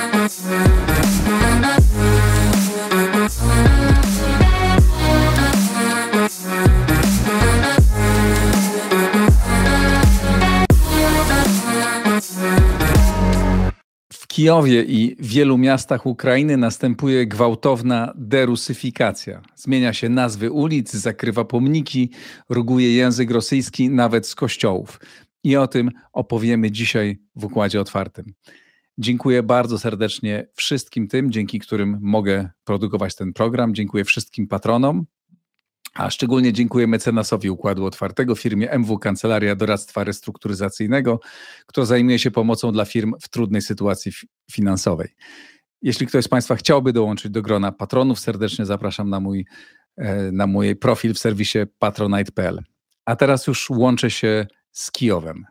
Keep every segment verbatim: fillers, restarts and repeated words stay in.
W Kijowie i wielu miastach Ukrainy następuje gwałtowna derusyfikacja. Zmienia się nazwy ulic, zakrywa pomniki, ruguje język rosyjski nawet z kościołów. I o tym opowiemy dzisiaj w Układzie Otwartym. Dziękuję bardzo serdecznie wszystkim tym, dzięki którym mogę produkować ten program. Dziękuję wszystkim patronom, a szczególnie dziękuję mecenasowi Układu Otwartego, firmie M W Kancelaria Doradztwa Restrukturyzacyjnego, która zajmuje się pomocą dla firm w trudnej sytuacji finansowej. Jeśli ktoś z Państwa chciałby dołączyć do grona patronów, serdecznie zapraszam na mój, na mój profil w serwisie patronite kropka p l. A teraz już łączę się z Kijowem.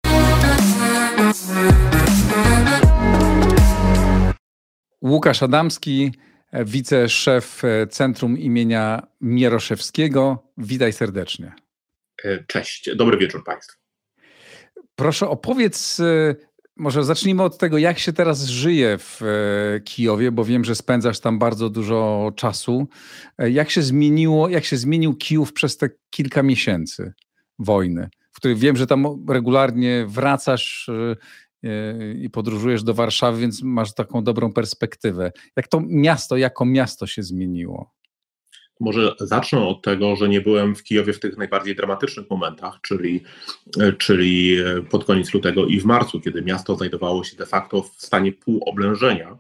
Łukasz Adamski, wiceszef Centrum imienia Mieroszewskiego. Witaj serdecznie. Cześć, dobry wieczór Państwu. Proszę opowiedz, może zacznijmy od tego, jak się teraz żyje w Kijowie, bo wiem, że spędzasz tam bardzo dużo czasu. Jak się zmieniło, jak się zmienił Kijów przez te kilka miesięcy wojny, w których wiem, że tam regularnie wracasz i podróżujesz do Warszawy, więc masz taką dobrą perspektywę. Jak to miasto, jako miasto się zmieniło? Może zacznę od tego, że nie byłem w Kijowie w tych najbardziej dramatycznych momentach, czyli, czyli pod koniec lutego i w marcu, kiedy miasto znajdowało się de facto w stanie półoblężenia.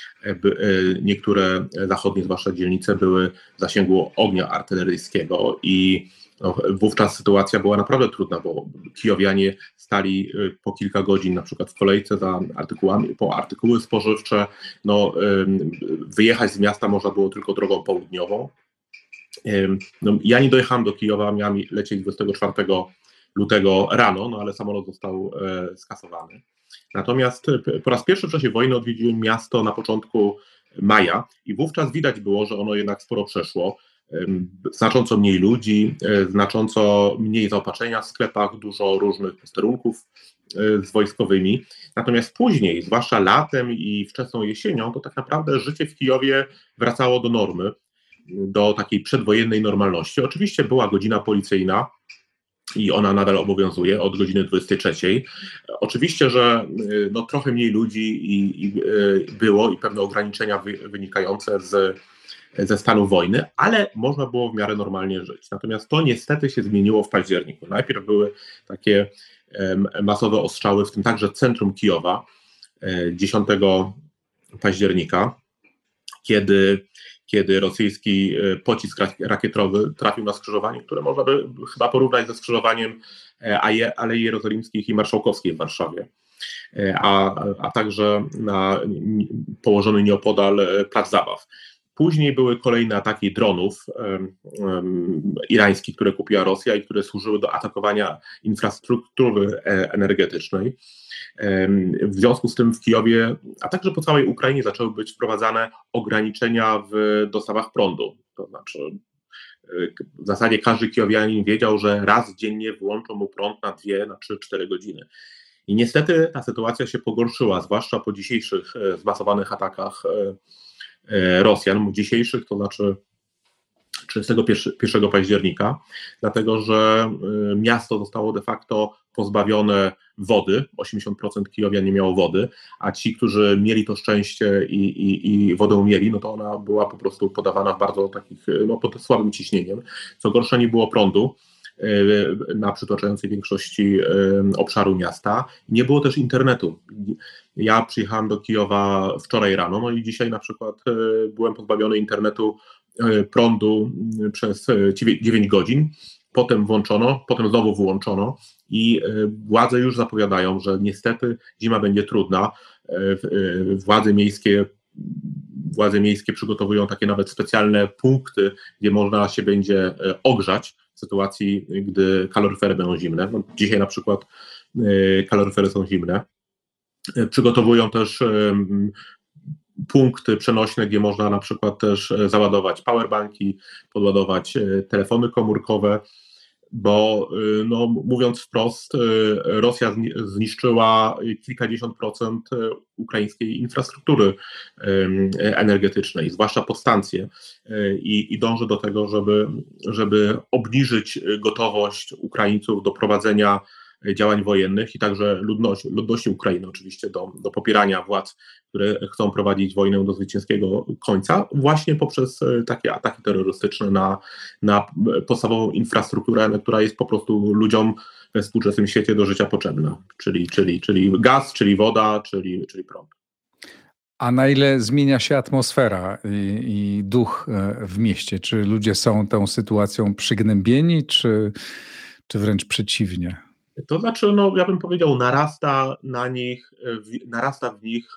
Niektóre zachodnie, zwłaszcza dzielnice, były w zasięgu ognia artyleryjskiego i no, wówczas sytuacja była naprawdę trudna, bo kijowianie stali po kilka godzin na przykład w kolejce za artykułami, po artykuły spożywcze. No, wyjechać z miasta można było tylko drogą południową. No, ja nie dojechałem do Kijowa, miałem lecieć dwudziestego czwartego lutego rano, no ale samolot został e, skasowany. Natomiast po raz pierwszy w czasie wojny odwiedziłem miasto na początku maja i wówczas widać było, że ono jednak sporo przeszło. Znacząco mniej ludzi, znacząco mniej zaopatrzenia w sklepach, dużo różnych posterunków z wojskowymi. Natomiast później, zwłaszcza latem i wczesną jesienią, to tak naprawdę życie w Kijowie wracało do normy, do takiej przedwojennej normalności. Oczywiście była godzina policyjna i ona nadal obowiązuje od godziny dwudziestej trzeciej. Oczywiście, że no, trochę mniej ludzi i, i, było i pewne ograniczenia wy, wynikające z ze stanu wojny, ale można było w miarę normalnie żyć. Natomiast to niestety się zmieniło w październiku. Najpierw były takie um, masowe ostrzały, w tym także centrum Kijowa, um, dziesiątego października, kiedy, kiedy rosyjski pocisk rakietowy trafił na skrzyżowanie, które można by chyba porównać ze skrzyżowaniem Alei Jerozolimskich i Marszałkowskiej w Warszawie. A, a także na położony nieopodal plac zabaw. Później były kolejne ataki dronów um, um, irańskich, które kupiła Rosja i które służyły do atakowania infrastruktury energetycznej. Um, w związku z tym w Kijowie, a także po całej Ukrainie zaczęły być wprowadzane ograniczenia w dostawach prądu. To znaczy w zasadzie każdy kijowianin wiedział, że raz dziennie wyłączą mu prąd na dwie, na trzy, cztery godziny. I niestety ta sytuacja się pogorszyła, zwłaszcza po dzisiejszych zmasowanych atakach Rosjan, dzisiejszych, to znaczy trzydziestego pierwszego października, dlatego że miasto zostało de facto pozbawione wody, osiemdziesiąt procent Kijowian nie miało wody, a ci, którzy mieli to szczęście i, i, i wodę mieli, no to ona była po prostu podawana w bardzo takich, no pod słabym ciśnieniem. Co gorsza, nie było prądu na przytłaczającej większości obszaru miasta. Nie było też internetu. Ja przyjechałem do Kijowa wczoraj rano, no i dzisiaj na przykład byłem pozbawiony internetu, prądu przez dziewięć godzin. Potem włączono, potem znowu wyłączono i władze już zapowiadają, że niestety zima będzie trudna. Władze miejskie Władze miejskie przygotowują takie nawet specjalne punkty, gdzie można się będzie ogrzać w sytuacji, gdy kaloryfery będą zimne. No, dzisiaj na przykład kaloryfery są zimne. Przygotowują też punkty przenośne, gdzie można na przykład też załadować powerbanki, podładować telefony komórkowe. bo no, mówiąc wprost, Rosja zniszczyła kilkadziesiąt procent ukraińskiej infrastruktury energetycznej, zwłaszcza podstancje, i, i dąży do tego, żeby, żeby obniżyć gotowość Ukraińców do prowadzenia działań wojennych i także ludności, ludności Ukrainy oczywiście do, do popierania władz, które chcą prowadzić wojnę do zwycięskiego końca, właśnie poprzez takie ataki terrorystyczne na, na podstawową infrastrukturę, która jest po prostu ludziom we współczesnym świecie do życia potrzebna, czyli, czyli, czyli gaz, czyli woda, czyli, czyli prąd. A na ile zmienia się atmosfera i, i duch w mieście? Czy ludzie są tą sytuacją przygnębieni, czy, czy wręcz przeciwnie? To znaczy, no, ja bym powiedział, narasta na nich, narasta w nich,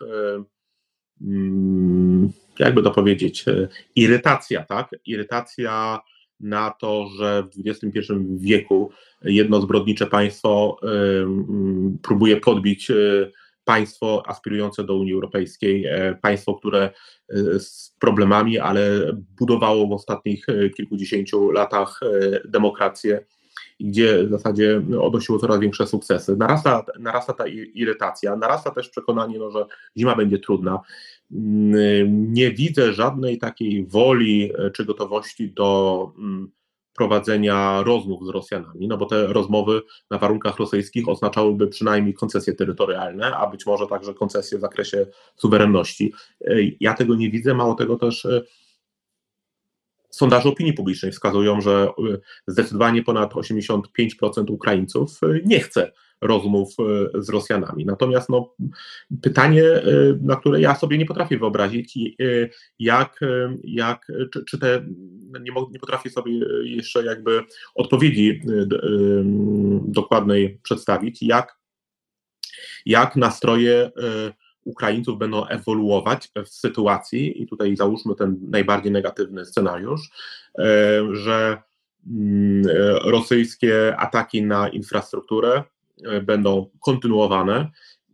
jakby to powiedzieć, irytacja, tak? Irytacja na to, że w dwudziestym pierwszym wieku jedno zbrodnicze państwo próbuje podbić państwo aspirujące do Unii Europejskiej, państwo, które z problemami, ale budowało w ostatnich kilkudziesięciu latach demokrację, gdzie w zasadzie odnosiło coraz większe sukcesy. Narasta, narasta ta irytacja, narasta też przekonanie, no, że zima będzie trudna. Nie widzę żadnej takiej woli czy gotowości do prowadzenia rozmów z Rosjanami, no bo te rozmowy na warunkach rosyjskich oznaczałyby przynajmniej koncesje terytorialne, a być może także koncesje w zakresie suwerenności. Ja tego nie widzę, mało tego też sondaże opinii publicznej wskazują, że zdecydowanie ponad osiemdziesiąt pięć procent Ukraińców nie chce rozmów z Rosjanami. Natomiast no, pytanie, na które ja sobie nie potrafię wyobrazić, jak, jak czy, czy te, nie, nie potrafię sobie jeszcze jakby odpowiedzi dokładnej przedstawić, jak, jak nastroje Ukraińców będą ewoluować w sytuacji, i tutaj załóżmy ten najbardziej negatywny scenariusz, że rosyjskie ataki na infrastrukturę będą kontynuowane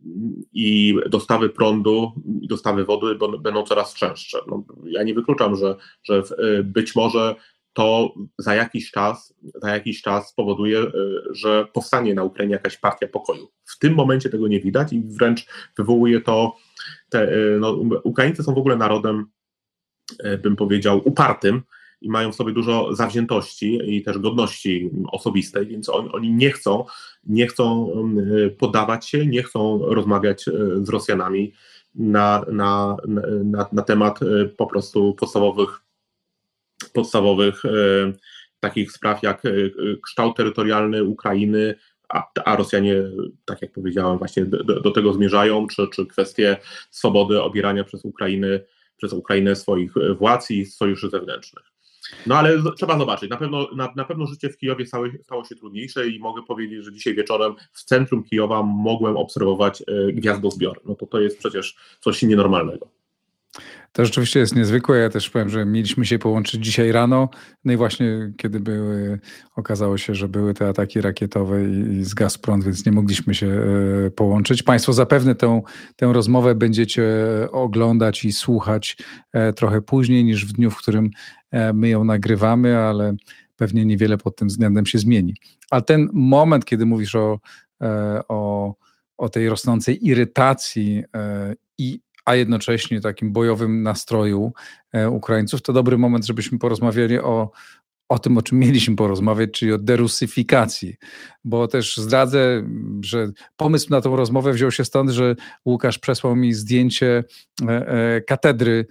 i dostawy prądu, i dostawy wody będą coraz częstsze. No, ja nie wykluczam, że, że być może to za jakiś czas, za jakiś czas spowoduje, że powstanie na Ukrainie jakaś partia pokoju. W tym momencie tego nie widać i wręcz wywołuje to, te, no, Ukraińcy są w ogóle narodem, bym powiedział, upartym i mają w sobie dużo zawziętości i też godności osobistej, więc on, oni nie chcą, nie chcą poddawać się, nie chcą rozmawiać z Rosjanami na, na, na, na temat po prostu podstawowych podstawowych e, takich spraw jak e, kształt terytorialny Ukrainy, a, a Rosjanie, tak jak powiedziałem, właśnie do, do tego zmierzają, czy, czy kwestie swobody obierania przez Ukrainę, przez Ukrainę swoich władz i sojuszy zewnętrznych. No ale trzeba zobaczyć, na pewno, na, na pewno życie w Kijowie stało, stało się trudniejsze i mogę powiedzieć, że dzisiaj wieczorem w centrum Kijowa mogłem obserwować e, gwiazdozbior. No to to jest przecież coś nienormalnego. To rzeczywiście jest niezwykłe. Ja też powiem, że mieliśmy się połączyć dzisiaj rano. No i właśnie kiedy były, okazało się, że były te ataki rakietowe i, i zgasł prąd, więc nie mogliśmy się e, połączyć. Państwo zapewne tę, tę rozmowę będziecie oglądać i słuchać e, trochę później niż w dniu, w którym e, my ją nagrywamy, ale pewnie niewiele pod tym względem się zmieni. Ale ten moment, kiedy mówisz o, e, o, o tej rosnącej irytacji e, i a jednocześnie takim bojowym nastroju Ukraińców, to dobry moment, żebyśmy porozmawiali o, o tym, o czym mieliśmy porozmawiać, czyli o derusyfikacji. Bo też zdradzę, że pomysł na tą rozmowę wziął się stąd, że Łukasz przesłał mi zdjęcie katedry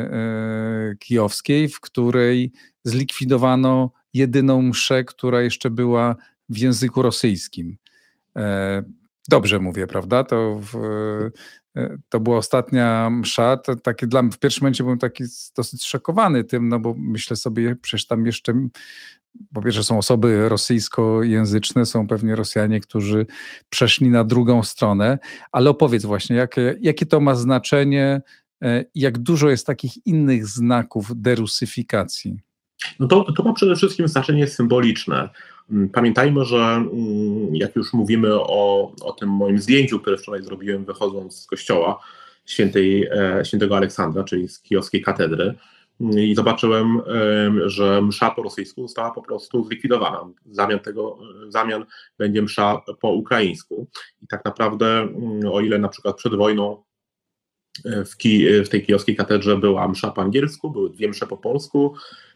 kijowskiej, w której zlikwidowano jedyną mszę, która jeszcze była w języku rosyjskim. Dobrze mówię, prawda? To w, To była ostatnia msza, to takie dla mnie, w pierwszym momencie byłem taki dosyć szokowany tym, no bo myślę sobie, przecież tam jeszcze, po pierwsze są osoby rosyjskojęzyczne, są pewnie Rosjanie, którzy przeszli na drugą stronę, ale opowiedz właśnie, jakie, jakie to ma znaczenie, jak dużo jest takich innych znaków derusyfikacji? No to, to ma przede wszystkim znaczenie symboliczne. Pamiętajmy, że jak już mówimy o, o tym moim zdjęciu, które wczoraj zrobiłem wychodząc z kościoła świętej, świętego Aleksandra, czyli z kijowskiej katedry, i zobaczyłem, że msza po rosyjsku została po prostu zlikwidowana. W zamian tego, w zamian będzie msza po ukraińsku. I tak naprawdę, o ile na przykład przed wojną w, ki, w tej kijowskiej katedrze była msza po angielsku, były dwie msze po polsku,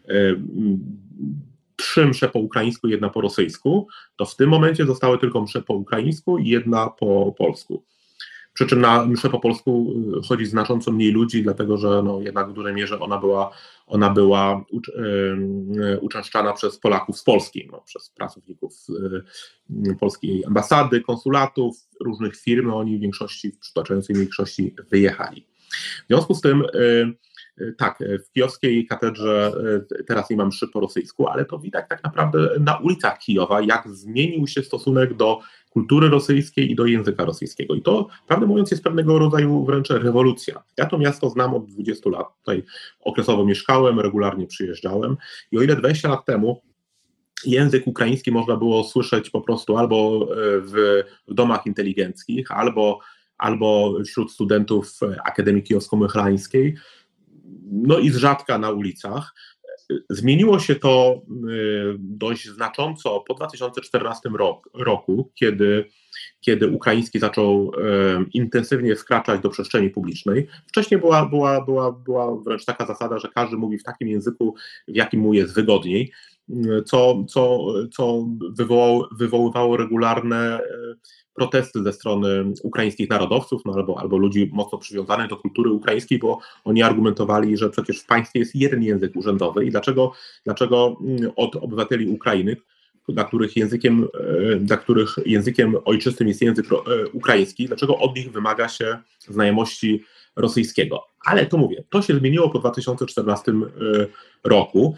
trzy msze po ukraińsku, jedna po rosyjsku, to w tym momencie zostały tylko msze po ukraińsku i jedna po polsku. Przy czym na mszę po polsku chodzi znacząco mniej ludzi, dlatego że no jednak w dużej mierze ona była, ona była ucz, yy, uczęszczana przez Polaków z Polski, no, przez pracowników yy, polskiej ambasady, konsulatów, różnych firm, no, oni w większości, w przytłaczającej większości wyjechali. W związku z tym yy, tak, w kijowskiej katedrze teraz nie mam mszy po rosyjsku, ale to widać tak naprawdę na ulicach Kijowa, jak zmienił się stosunek do kultury rosyjskiej i do języka rosyjskiego. I to, prawdę mówiąc, jest pewnego rodzaju wręcz rewolucja. Ja to miasto znam od dwudziestu lat, tutaj okresowo mieszkałem, regularnie przyjeżdżałem i o ile dwadzieścia lat temu język ukraiński można było słyszeć po prostu albo w, w domach inteligenckich, albo, albo wśród studentów Akademii Kijowsko-Mychlańskiej, no i z rzadka na ulicach. Zmieniło się to dość znacząco po dwa tysiące czternastym roku, roku kiedy, kiedy ukraiński zaczął intensywnie wkraczać do przestrzeni publicznej. Wcześniej była, była, była, była wręcz taka zasada, że każdy mówi w takim języku, w jakim mu jest wygodniej, co, co, co wywołało, wywoływało regularne protesty ze strony ukraińskich narodowców, no albo, albo ludzi mocno przywiązanych do kultury ukraińskiej, bo oni argumentowali, że przecież w państwie jest jeden język urzędowy i dlaczego, dlaczego od obywateli Ukrainy, dla których językiem, dla których językiem ojczystym jest język ukraiński, dlaczego od nich wymaga się znajomości rosyjskiego. Ale to mówię, to się zmieniło po dwa tysiące czternastym roku.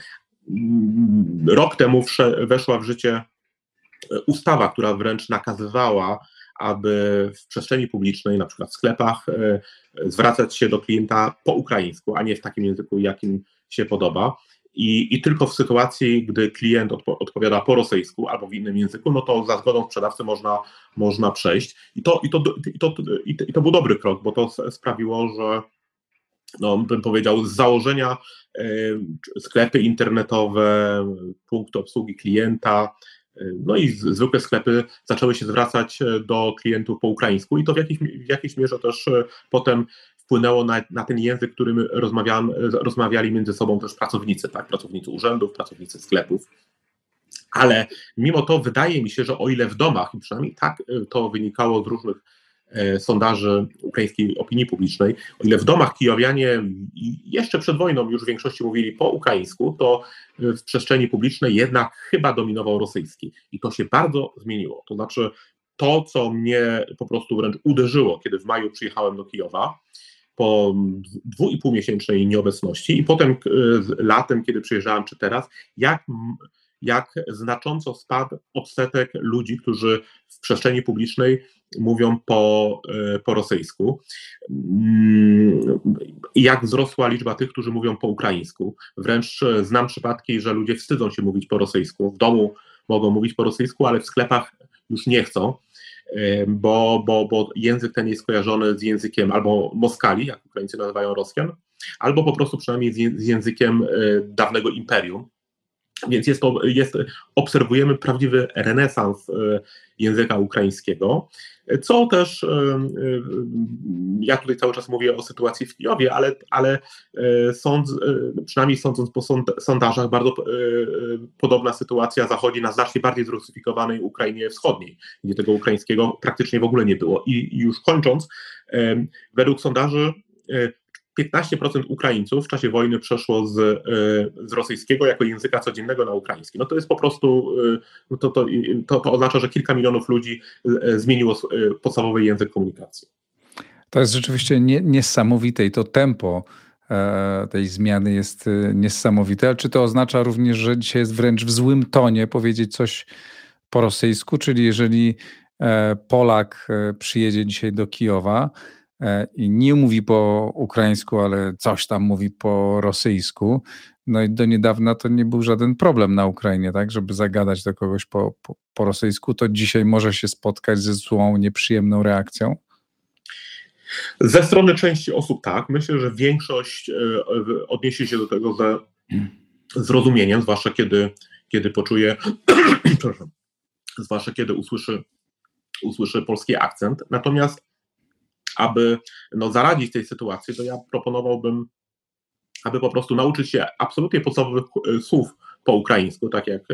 Rok temu weszła w życie ustawa, która wręcz nakazywała, aby w przestrzeni publicznej, na przykład w sklepach, zwracać się do klienta po ukraińsku, a nie w takim języku, jakim się podoba. I, i tylko w sytuacji, gdy klient odpo, odpowiada po rosyjsku albo w innym języku, no to za zgodą sprzedawcy można, można przejść. I to, i, to, i, to, i, to, I to był dobry krok, bo to sprawiło, że no, bym powiedział, z założenia y, sklepy internetowe, punkty obsługi klienta, y, no i z, zwykłe sklepy zaczęły się zwracać do klientów po ukraińsku i to w jakiejś, w jakiejś mierze też y, potem wpłynęło na, na ten język, którym rozmawiali między sobą też pracownicy, tak? Pracownicy urzędów, pracownicy sklepów. Ale mimo to wydaje mi się, że o ile w domach, i przynajmniej tak to wynikało z różnych e, sondaży ukraińskiej opinii publicznej, o ile w domach kijowianie jeszcze przed wojną już w większości mówili po ukraińsku, to w przestrzeni publicznej jednak chyba dominował rosyjski. I to się bardzo zmieniło. To znaczy to, co mnie po prostu wręcz uderzyło, kiedy w maju przyjechałem do Kijowa, po dwu i pół miesięcznej nieobecności i potem latem, kiedy przyjeżdżałem, czy teraz, jak, jak znacząco spadł odsetek ludzi, którzy w przestrzeni publicznej mówią po, po rosyjsku. I jak wzrosła liczba tych, którzy mówią po ukraińsku. Wręcz znam przypadki, że ludzie wstydzą się mówić po rosyjsku. W domu mogą mówić po rosyjsku, ale w sklepach już nie chcą. Bo, bo, bo język ten jest kojarzony z językiem albo Moskali, jak Ukraińcy nazywają Rosjan, albo po prostu przynajmniej z językiem dawnego imperium. Więc jest to, jest, obserwujemy prawdziwy renesans języka ukraińskiego, co też, ja tutaj cały czas mówię o sytuacji w Kijowie, ale, ale sądz, przynajmniej sądząc po sondażach, bardzo podobna sytuacja zachodzi na znacznie bardziej zrusyfikowanej Ukrainie Wschodniej, gdzie tego ukraińskiego praktycznie w ogóle nie było. I już kończąc, według sondaży piętnaście procent Ukraińców w czasie wojny przeszło z, z rosyjskiego jako języka codziennego na ukraiński. No to jest po prostu, to, to, to, to oznacza, że kilka milionów ludzi zmieniło podstawowy język komunikacji. To jest rzeczywiście nie, niesamowite i to tempo tej zmiany jest niesamowite. Ale czy to oznacza również, że dzisiaj jest wręcz w złym tonie powiedzieć coś po rosyjsku, czyli jeżeli Polak przyjedzie dzisiaj do Kijowa i nie mówi po ukraińsku, ale coś tam mówi po rosyjsku. No i do niedawna to nie był żaden problem na Ukrainie, tak, żeby zagadać do kogoś po, po, po rosyjsku, to dzisiaj może się spotkać ze złą, nieprzyjemną reakcją? Ze strony części osób tak. Myślę, że większość odniesie się do tego ze zrozumieniem, zwłaszcza kiedy, kiedy poczuje, zwłaszcza kiedy usłyszy, usłyszy polski akcent. Natomiast aby no, zaradzić tej sytuacji, to ja proponowałbym, aby po prostu nauczyć się absolutnie podstawowych słów po ukraińsku, tak jak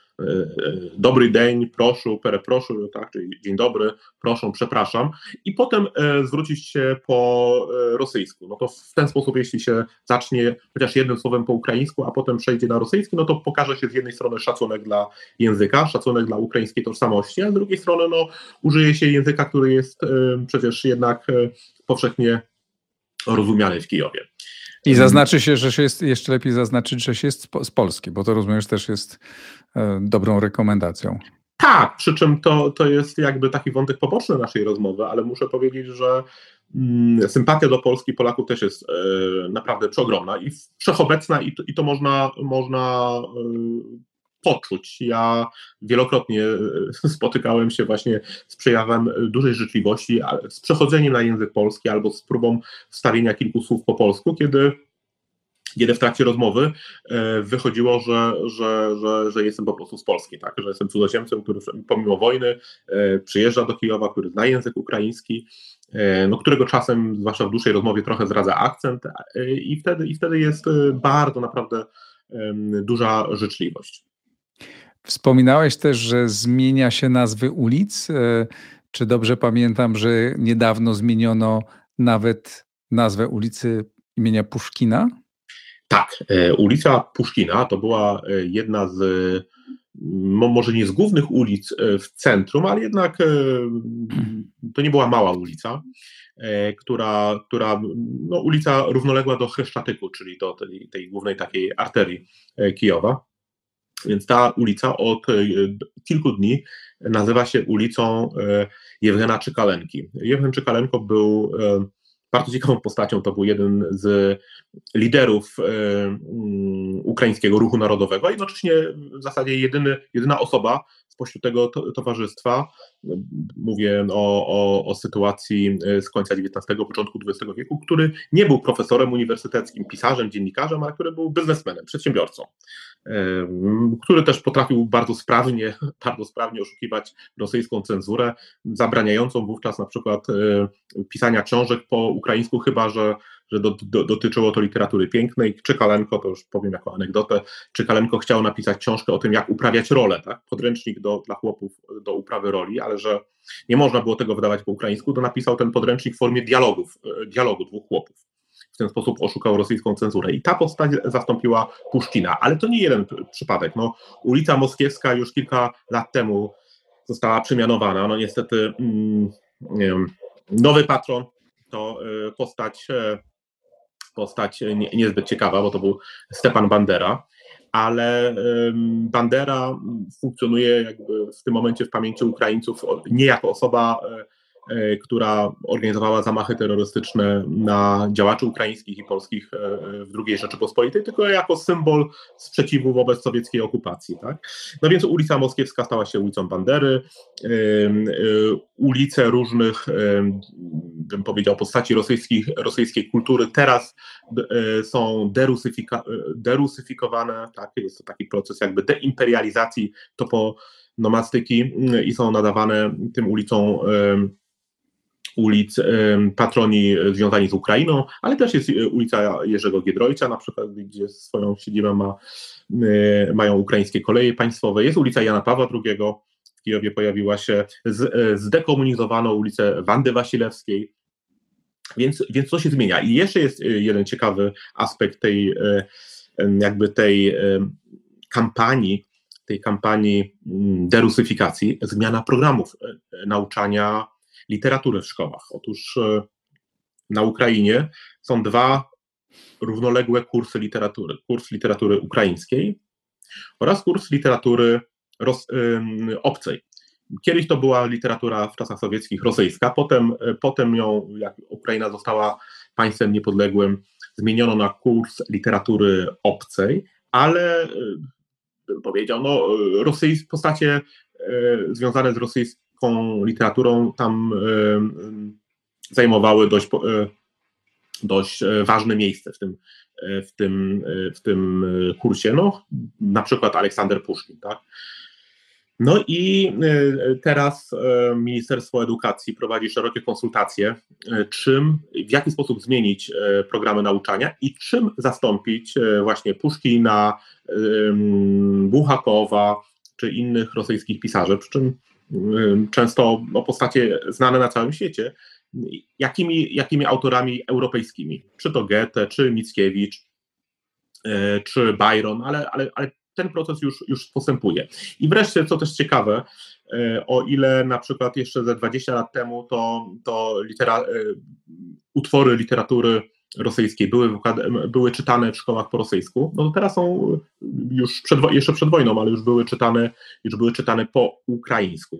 dobry dzień, proszę, pereproszę, tak, czyli dzień dobry, proszę, przepraszam, i potem zwrócić się po rosyjsku. No to w ten sposób, jeśli się zacznie chociaż jednym słowem po ukraińsku, a potem przejdzie na rosyjski, no to pokaże się z jednej strony szacunek dla języka, szacunek dla ukraińskiej tożsamości, a z drugiej strony no, użyje się języka, który jest przecież jednak powszechnie rozumiany w Kijowie. I zaznaczy się, że się jest, jeszcze lepiej zaznaczyć, że się jest z Polski, bo to rozumiesz też jest e, dobrą rekomendacją. Tak, przy czym to, to jest jakby taki wątek poboczny naszej rozmowy, ale muszę powiedzieć, że mm, sympatia do Polski Polaków też jest e, naprawdę przeogromna i wszechobecna i to, i to można, można e, poczuć. Ja wielokrotnie spotykałem się właśnie z przejawem dużej życzliwości, z przechodzeniem na język polski albo z próbą wstawienia kilku słów po polsku, kiedy, kiedy w trakcie rozmowy wychodziło, że, że, że, że jestem po prostu z Polski, tak? Że jestem cudzoziemcem, który pomimo wojny przyjeżdża do Kijowa, który zna język ukraiński, no, którego czasem, zwłaszcza w dłuższej rozmowie, trochę zdradza akcent i wtedy, i wtedy jest bardzo naprawdę duża życzliwość. Wspominałeś też, że zmienia się nazwy ulic. Czy dobrze pamiętam, że niedawno zmieniono nawet nazwę ulicy imienia Puszkina? Tak, ulica Puszkina to była jedna z, może nie z głównych ulic w centrum, ale jednak to nie była mała ulica, która, która no, ulica równoległa do Chreszczatyku, czyli do tej, tej głównej takiej arterii Kijowa. Więc ta ulica od kilku dni nazywa się ulicą Jewgena Czykalenki. Jewgen Czykalenko był bardzo ciekawą postacią, to był jeden z liderów ukraińskiego ruchu narodowego, a jednocześnie w zasadzie jedyny, jedyna osoba spośród tego to, towarzystwa, mówię o, o, o sytuacji z końca dziewiętnastego, początku dwudziestego wieku, który nie był profesorem uniwersyteckim, pisarzem, dziennikarzem, ale który był biznesmenem, przedsiębiorcą, który też potrafił bardzo sprawnie, bardzo sprawnie oszukiwać rosyjską cenzurę, zabraniającą wówczas na przykład pisania książek po ukraińsku, chyba że, że do, do, dotyczyło to literatury pięknej. Czykalenko, to już powiem jako anegdotę, Czykalenko chciał napisać książkę o tym, jak uprawiać rolę, tak? Podręcznik do, dla chłopów do uprawy roli, ale że nie można było tego wydawać po ukraińsku, to napisał ten podręcznik w formie dialogów, dialogu dwóch chłopów. W ten sposób oszukał rosyjską cenzurę. I ta postać zastąpiła Puszkina. Ale to nie jeden przypadek. No, ulica Moskiewska już kilka lat temu została przemianowana. No niestety mm, nie wiem, nowy patron to postać, postać nie, niezbyt ciekawa, bo to był Stepan Bandera. Ale Bandera funkcjonuje jakby w tym momencie w pamięci Ukraińców nie jako osoba, która organizowała zamachy terrorystyczne na działaczy ukraińskich i polskich w drugiej Rzeczypospolitej, tylko jako symbol sprzeciwu wobec sowieckiej okupacji. Tak? No więc ulica Moskiewska stała się ulicą Bandery, ulice różnych, bym powiedział, postaci rosyjskich, rosyjskiej kultury teraz są derusyfika, derusyfikowane, tak? Jest to taki proces jakby deimperializacji toponomastyki i są nadawane tym ulicom ulic patroni związani z Ukrainą, ale też jest ulica Jerzego Giedroycia na przykład, gdzie swoją siedzibę ma, mają ukraińskie koleje państwowe. Jest ulica Jana Pawła drugiego, w Kijowie pojawiła się, zdekomunizowano ulicę Wandy Wasilewskiej, więc, więc to się zmienia. I jeszcze jest jeden ciekawy aspekt tej jakby tej kampanii, tej kampanii derusyfikacji, zmiana programów nauczania literatury w szkołach. Otóż na Ukrainie są dwa równoległe kursy literatury. Kurs literatury ukraińskiej oraz kurs literatury ros, y, obcej. Kiedyś to była literatura w czasach sowieckich rosyjska, potem, potem ją, jak Ukraina została państwem niepodległym, zmieniono na kurs literatury obcej, ale bym powiedział, no, rosyjskie postacie y, związane z rosyjską literaturą tam zajmowały dość, dość ważne miejsce w tym, w tym, w tym kursie. No, na przykład Aleksander Puszkin, tak? No i teraz Ministerstwo Edukacji prowadzi szerokie konsultacje, czym, w jaki sposób zmienić programy nauczania i czym zastąpić właśnie Puszkina, Bułhakowa czy innych rosyjskich pisarzy, przy czym często o postacie znane na całym świecie, jakimi, jakimi autorami europejskimi, czy to Goethe, czy Mickiewicz, czy Byron, ale, ale, ale ten proces już, już postępuje. I wreszcie, co też ciekawe, o ile na przykład jeszcze ze dwadzieścia lat temu to, to litera, utwory literatury rosyjskiej były, były czytane w szkołach po rosyjsku, no to teraz są już przed, jeszcze przed wojną, ale już były czytane, już były czytane po ukraińsku.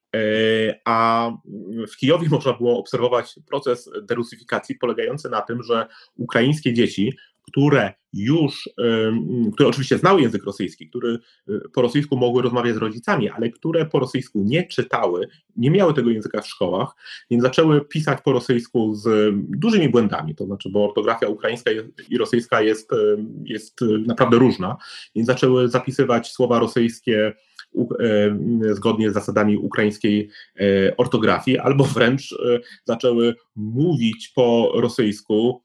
A w Kijowie można było obserwować proces derusyfikacji polegający na tym, że ukraińskie dzieci, które już, które oczywiście znały język rosyjski, które po rosyjsku mogły rozmawiać z rodzicami, ale które po rosyjsku nie czytały, nie miały tego języka w szkołach, więc zaczęły pisać po rosyjsku z dużymi błędami, to znaczy, bo ortografia ukraińska i rosyjska jest, jest naprawdę różna, więc zaczęły zapisywać słowa rosyjskie zgodnie z zasadami ukraińskiej ortografii, albo wręcz zaczęły mówić po rosyjsku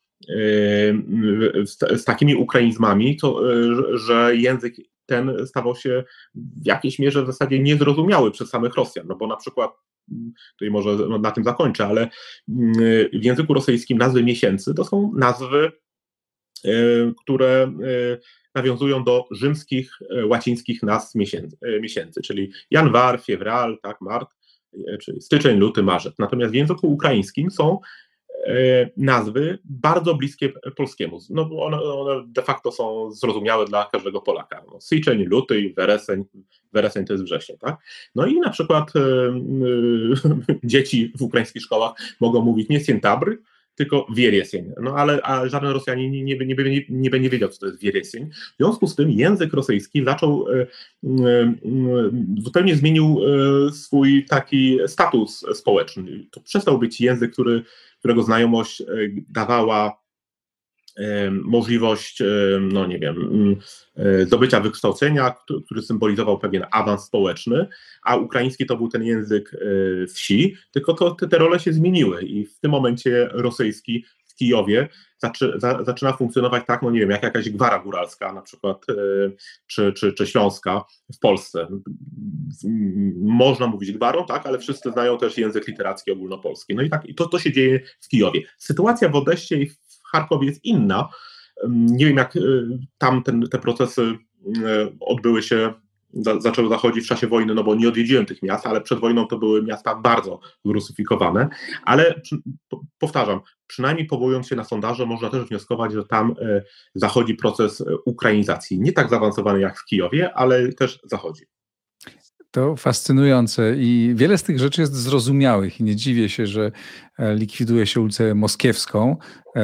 z, z takimi ukrainizmami, to, że język ten stawał się w jakiejś mierze w zasadzie niezrozumiały przez samych Rosjan, no bo na przykład, tutaj może na tym zakończę, ale w języku rosyjskim nazwy miesięcy to są nazwy, które nawiązują do rzymskich, łacińskich nazw miesięcy, miesięcy, czyli janwar, fiewral, tak, mart, czyli styczeń, luty, marzec. Natomiast w języku ukraińskim są nazwy bardzo bliskie polskiemu, no bo one, one de facto są zrozumiałe dla każdego Polaka. No, styczeń, luty, wereseń, wereseń to jest wrzesień, tak? No i na przykład e, e, dzieci w ukraińskich szkołach mogą mówić nie sientabry, tylko wieresień. No ale a żaden Rosjanin nie, nie, nie, nie, nie będzie wiedział, co to jest wieresień. W związku z tym język rosyjski zaczął, e, e, zupełnie zmienił e, swój taki status społeczny. To przestał być język, który, którego znajomość e, dawała e, możliwość, e, no nie wiem, e, zdobycia wykształcenia, który, który symbolizował pewien awans społeczny, a ukraiński to był ten język e, wsi, tylko to, te, te role się zmieniły i w tym momencie rosyjski w Kijowie zaczy, za, zaczyna funkcjonować tak, no nie wiem, jak jakaś gwara góralska na przykład, e, czy, czy, czy śląska w Polsce. Można mówić gwarą, tak, ale wszyscy znają też język literacki ogólnopolski. No i tak, i to, to się dzieje w Kijowie. Sytuacja w Odessie i w Charkowie jest inna. Nie wiem, jak tam ten, te procesy odbyły się, za, zaczęły zachodzić w czasie wojny, no bo nie odwiedziłem tych miast, ale przed wojną to były miasta bardzo zrusyfikowane, ale przy, powtarzam, przynajmniej powołując się na sondaże, można też wnioskować, że tam zachodzi proces ukrainizacji. Nie tak zaawansowany jak w Kijowie, ale też zachodzi. To fascynujące i wiele z tych rzeczy jest zrozumiałych i nie dziwię się, że likwiduje się ulicę Moskiewską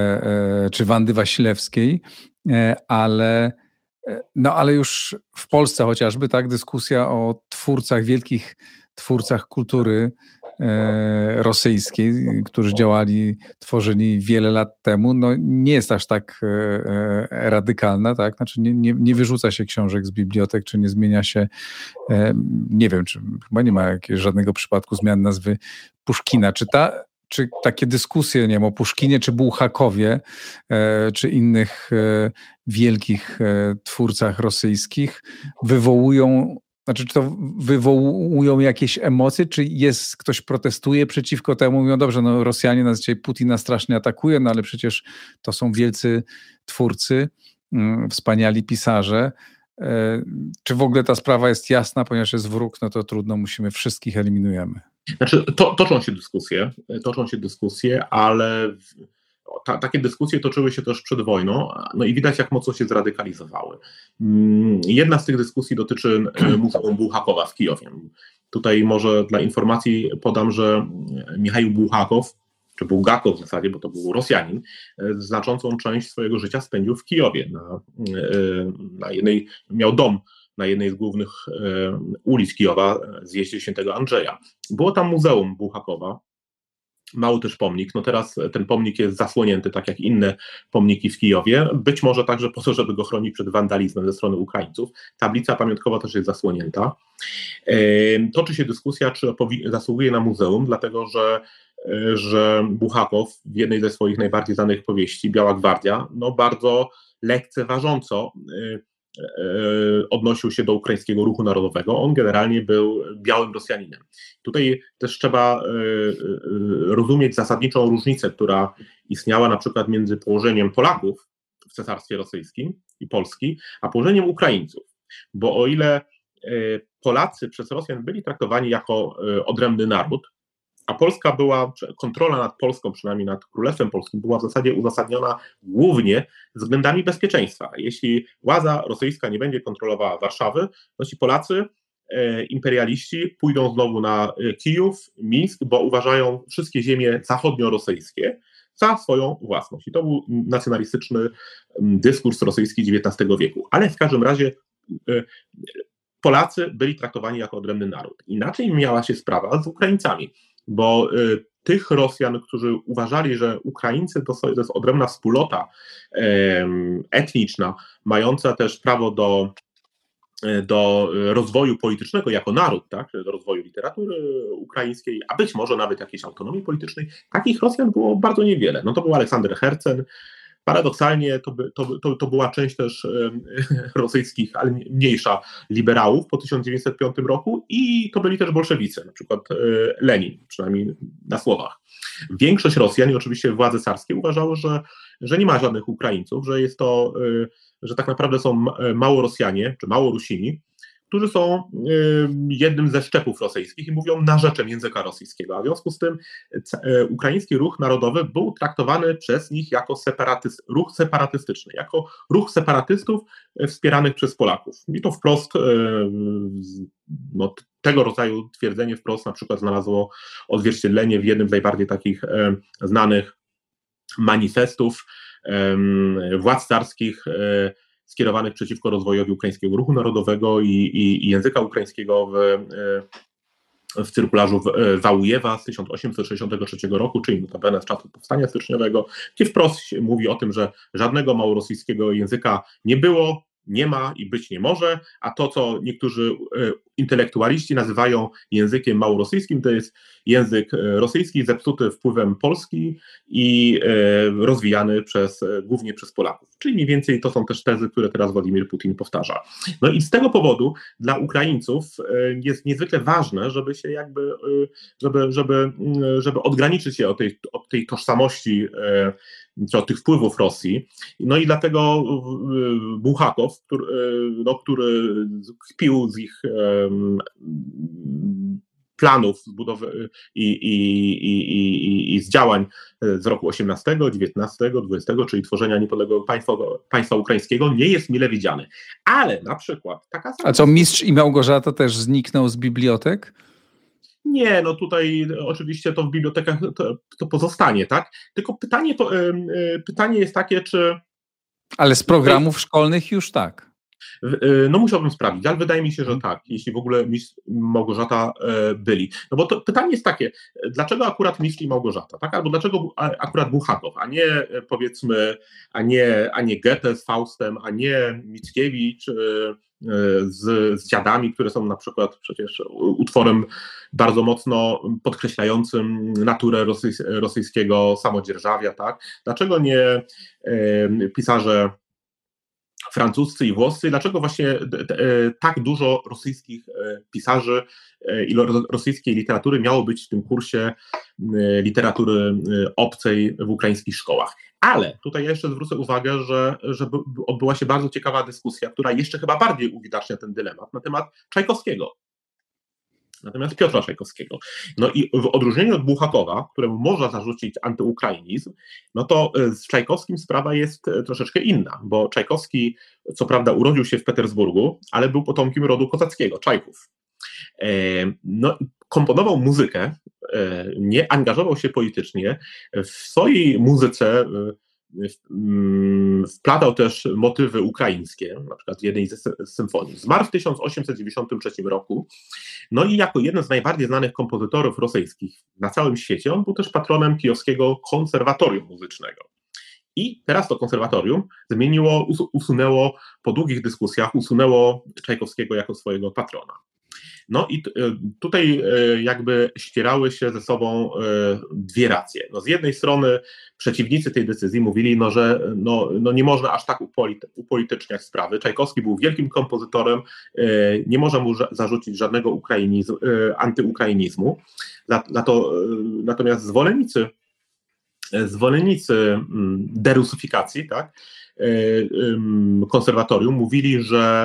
czy Wandy Wasilewskiej, ale, no ale już w Polsce chociażby tak dyskusja o twórcach, wielkich twórcach kultury rosyjskiej, którzy działali, tworzyli wiele lat temu, no nie jest aż tak radykalna, tak? Znaczy nie, nie, nie wyrzuca się książek z bibliotek, czy nie zmienia się, nie wiem, czy chyba nie ma jakiegoś żadnego przypadku zmian nazwy Puszkina. Czy ta, czy takie dyskusje, nie wiem, o Puszkinie, czy Bułhakowie, czy innych wielkich twórcach rosyjskich wywołują Znaczy, czy to wywołują jakieś emocje, czy jest, ktoś protestuje przeciwko temu, mówią, dobrze, no Rosjanie nas dzisiaj, Putin nas strasznie atakuje, no ale przecież to są wielcy twórcy, mm, wspaniali pisarze. E, czy w ogóle ta sprawa jest jasna, ponieważ jest wróg, no to trudno, musimy, wszystkich eliminujemy. Znaczy, to, toczą się dyskusje, toczą się dyskusje, ale Ta, takie dyskusje toczyły się też przed wojną, no i widać, jak mocno się zradykalizowały. Jedna z tych dyskusji dotyczy Muzeum Bułhakowa w Kijowie. Tutaj może dla informacji podam, że Michał Bułhakow, czy Bułgakow w zasadzie, bo to był Rosjanin, znaczącą część swojego życia spędził w Kijowie. Na, na jednej, miał dom na jednej z głównych ulic Kijowa, zjeździe Świętego Andrzeja. Było tam Muzeum Bułhakowa. mały też pomnik. No teraz ten pomnik jest zasłonięty, tak jak inne pomniki w Kijowie, być może także po to, żeby go chronić przed wandalizmem ze strony Ukraińców. Tablica pamiątkowa też jest zasłonięta. Toczy się dyskusja, czy zasługuje na muzeum, dlatego że, że Buchakow w jednej ze swoich najbardziej znanych powieści, Biała Gwardia, no bardzo lekceważąco odnosił się do ukraińskiego ruchu narodowego. On generalnie był białym Rosjaninem. Tutaj też trzeba rozumieć zasadniczą różnicę, która istniała na przykład między położeniem Polaków w Cesarstwie Rosyjskim i Polski, a położeniem Ukraińców. Bo o ile Polacy przez Rosjan byli traktowani jako odrębny naród, a Polska była, kontrola nad Polską, przynajmniej nad Królestwem Polskim, była w zasadzie uzasadniona głównie względami bezpieczeństwa. Jeśli władza rosyjska nie będzie kontrolowała Warszawy, to ci Polacy, e, imperialiści, pójdą znowu na Kijów, Mińsk, bo uważają wszystkie ziemie zachodnio-rosyjskie za swoją własność. I to był nacjonalistyczny dyskurs rosyjski dziewiętnastego wieku. Ale w każdym razie e, Polacy byli traktowani jako odrębny naród. Inaczej miała się sprawa z Ukraińcami, bo y, tych Rosjan, którzy uważali, że Ukraińcy to, to jest odrębna wspólnota y, etniczna, mająca też prawo do, y, do rozwoju politycznego jako naród, tak, do rozwoju literatury ukraińskiej, a być może nawet jakiejś autonomii politycznej, takich Rosjan było bardzo niewiele. No to był Aleksander Hercen. Paradoksalnie to, by, to, to, to była część też e, rosyjskich, ale mniejsza, liberałów po tysiąc dziewięćset piątym roku i to byli też bolszewicy, na przykład e, Lenin, przynajmniej na słowach. Większość Rosjan i oczywiście władze carskie uważały, że, że nie ma żadnych Ukraińców, że jest to, e, że tak naprawdę są Małorosjanie, czy Małorusini, którzy są jednym ze szczepów rosyjskich i mówią narzeczem języka rosyjskiego, a w związku z tym ukraiński ruch narodowy był traktowany przez nich jako separatyst, ruch separatystyczny, jako ruch separatystów wspieranych przez Polaków. I to wprost, no, tego rodzaju twierdzenie wprost na przykład znalazło odzwierciedlenie w jednym z najbardziej takich znanych manifestów władz carskich skierowanych przeciwko rozwojowi ukraińskiego ruchu narodowego i, i, i języka ukraińskiego w, w cyrkularzu Wałujewa z tysiąc osiemset sześćdziesiątego trzeciego roku, czyli notabene z czasu powstania styczniowego, gdzie wprost mówi o tym, że żadnego małorosyjskiego języka nie było, nie ma i być nie może, a to, co niektórzy intelektualiści nazywają językiem małorosyjskim, to jest język rosyjski zepsuty wpływem Polski i rozwijany przez, głównie przez Polaków. Czyli mniej więcej to są też tezy, które teraz Władimir Putin powtarza. No i z tego powodu dla Ukraińców jest niezwykle ważne, żeby się jakby, żeby, żeby, żeby odgraniczyć się od tej, od tej tożsamości, czy od tych wpływów Rosji. No i dlatego Buchakow, który, no, który kpił z ich um, planów budowy i, i, i, i, i z działań z roku osiemnastego, dziewiętnastego, dwudziestego, czyli tworzenia niepodległego państwa, państwa ukraińskiego, nie jest mile widziany. Ale na przykład taka... A co, Mistrz i Małgorzata też zniknął z bibliotek? Nie, no tutaj oczywiście to w bibliotekach to, to pozostanie, tak? Tylko pytanie, to, pytanie jest takie, czy... Ale z programów tutaj... szkolnych już tak. No musiałbym sprawdzić, ale wydaje mi się, że tak, jeśli w ogóle Mistrz i Małgorzata byli. No bo to pytanie jest takie, dlaczego akurat Mistrz i Małgorzata, tak? Albo dlaczego akurat Buchakow, a nie powiedzmy, a nie, a nie Goethe z Faustem, a nie Mickiewicz z, z Dziadami, które są na przykład przecież utworem bardzo mocno podkreślającym naturę rosyjs rosyjskiego samodzierżawia, tak? Dlaczego nie e, pisarze francuscy i włoscy, dlaczego właśnie tak dużo rosyjskich pisarzy i rosyjskiej literatury miało być w tym kursie literatury obcej w ukraińskich szkołach. Ale tutaj jeszcze zwrócę uwagę, że, że odbyła się bardzo ciekawa dyskusja, która jeszcze chyba bardziej uwidacznia ten dylemat na temat Czajkowskiego. Natomiast Piotra Czajkowskiego. No i w odróżnieniu od Buchakowa, któremu można zarzucić antyukrainizm, no to z Czajkowskim sprawa jest troszeczkę inna, bo Czajkowski co prawda urodził się w Petersburgu, ale był potomkiem rodu kozackiego, Czajków. No, komponował muzykę, nie angażował się politycznie, w swojej muzyce wplatał też motywy ukraińskie, na przykład w jednej z symfonii. Zmarł w tysiąc osiemset dziewięćdziesiątym trzecim roku, no i jako jeden z najbardziej znanych kompozytorów rosyjskich na całym świecie, on był też patronem kijowskiego konserwatorium muzycznego. I teraz to konserwatorium zmieniło, usunęło, po długich dyskusjach, usunęło Czajkowskiego jako swojego patrona. No i tutaj jakby ścierały się ze sobą dwie racje. No z jednej strony przeciwnicy tej decyzji mówili, no, że no, no nie można aż tak upolityczniać sprawy. Czajkowski był wielkim kompozytorem, nie można mu zarzucić żadnego ukrainizmu, antyukrainizmu. Natomiast zwolennicy, zwolennicy derusyfikacji, tak, konserwatorium mówili, że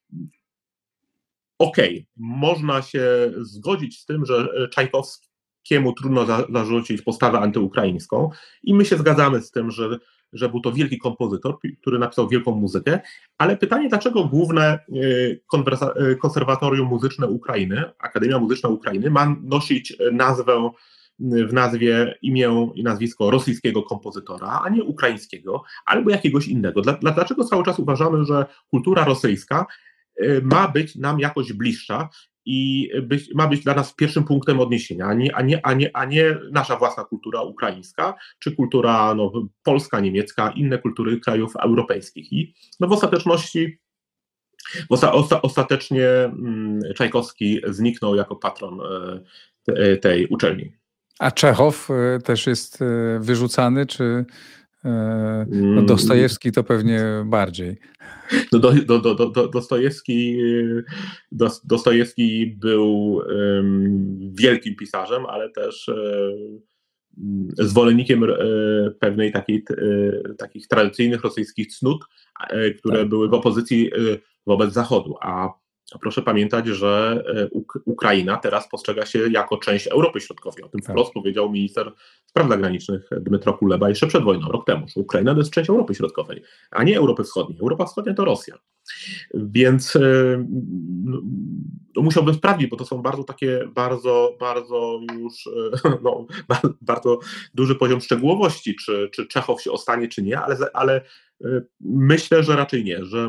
okej, okay, można się zgodzić z tym, że Czajkowskiemu trudno za, zarzucić postawę antyukraińską i my się zgadzamy z tym, że, że był to wielki kompozytor, który napisał wielką muzykę, ale pytanie, dlaczego główne konserwatorium muzyczne Ukrainy, Akademia Muzyczna Ukrainy ma nosić nazwę, w nazwie imię i nazwisko rosyjskiego kompozytora, a nie ukraińskiego, albo jakiegoś innego. Dlaczego cały czas uważamy, że kultura rosyjska ma być nam jakoś bliższa i być, ma być dla nas pierwszym punktem odniesienia, a nie, a nie, a nie, a nie nasza własna kultura ukraińska, czy kultura no, polska, niemiecka, inne kultury krajów europejskich. I no, w ostateczności w osta, osta, ostatecznie mm, Czajkowski zniknął jako patron te, tej uczelni. A Czechow też jest wyrzucany, czy no Dostojewski to pewnie bardziej? No do, do, do, do, Dostojewski, Dostojewski był um, wielkim pisarzem, ale też um, zwolennikiem um, pewnej takiej, um, takich tradycyjnych rosyjskich cnót, um, które tak. były w opozycji um, wobec Zachodu. A proszę pamiętać, że Uk- Ukraina teraz postrzega się jako część Europy Środkowej. O tym wprost tak. powiedział minister spraw zagranicznych Dmytro Kuleba jeszcze przed wojną, rok temu, że Ukraina to jest część Europy Środkowej, a nie Europy Wschodniej. Europa Wschodnia to Rosja. Więc no, musiałbym sprawdzić, bo to są bardzo takie, bardzo, bardzo już, no, bardzo duży poziom szczegółowości, czy, czy Czechow się ostanie, czy nie, ale, ale myślę, że raczej nie, że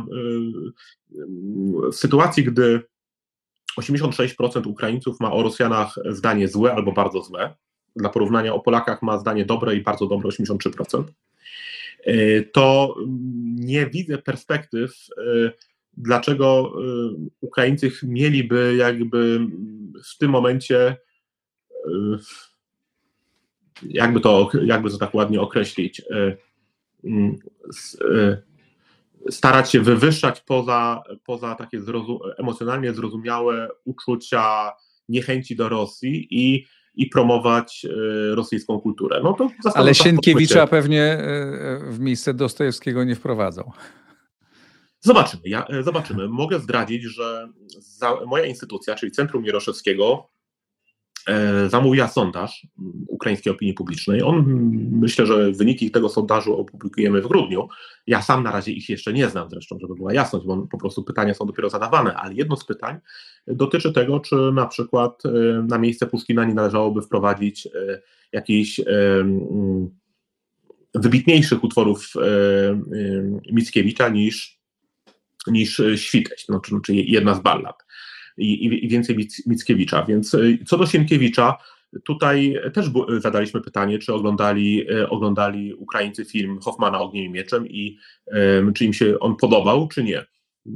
w sytuacji, gdy osiemdziesiąt sześć procent Ukraińców ma o Rosjanach zdanie złe albo bardzo złe, dla porównania o Polakach ma zdanie dobre i bardzo dobre osiemdziesiąt trzy procent, to nie widzę perspektyw, dlaczego Ukraińcy mieliby jakby w tym momencie, jakby to, jakby to tak ładnie określić, starać się wywyższać poza, poza takie zrozum- emocjonalnie zrozumiałe uczucia niechęci do Rosji i, i promować rosyjską kulturę. No to Ale Sienkiewicza pewnie w miejsce Dostojewskiego nie wprowadzą. Zobaczymy. Ja, zobaczymy. Mogę zdradzić, że za, moja instytucja, czyli Centrum Jeroszewskiego, zamówiła sondaż ukraińskiej opinii publicznej. On, myślę, że wyniki tego sondażu opublikujemy w grudniu. Ja sam na razie ich jeszcze nie znam zresztą, żeby była jasność, bo po prostu pytania są dopiero zadawane, ale jedno z pytań dotyczy tego, czy na przykład na miejsce Puszkina nie należałoby wprowadzić jakichś wybitniejszych utworów Mickiewicza niż, niż Świteś, no, czyli jedna z ballad. I, i więcej Mickiewicza. Więc co do Sienkiewicza, tutaj też zadaliśmy pytanie, czy oglądali, oglądali Ukraińcy film Hoffmana Ogniem i Mieczem i um, czy im się on podobał, czy nie.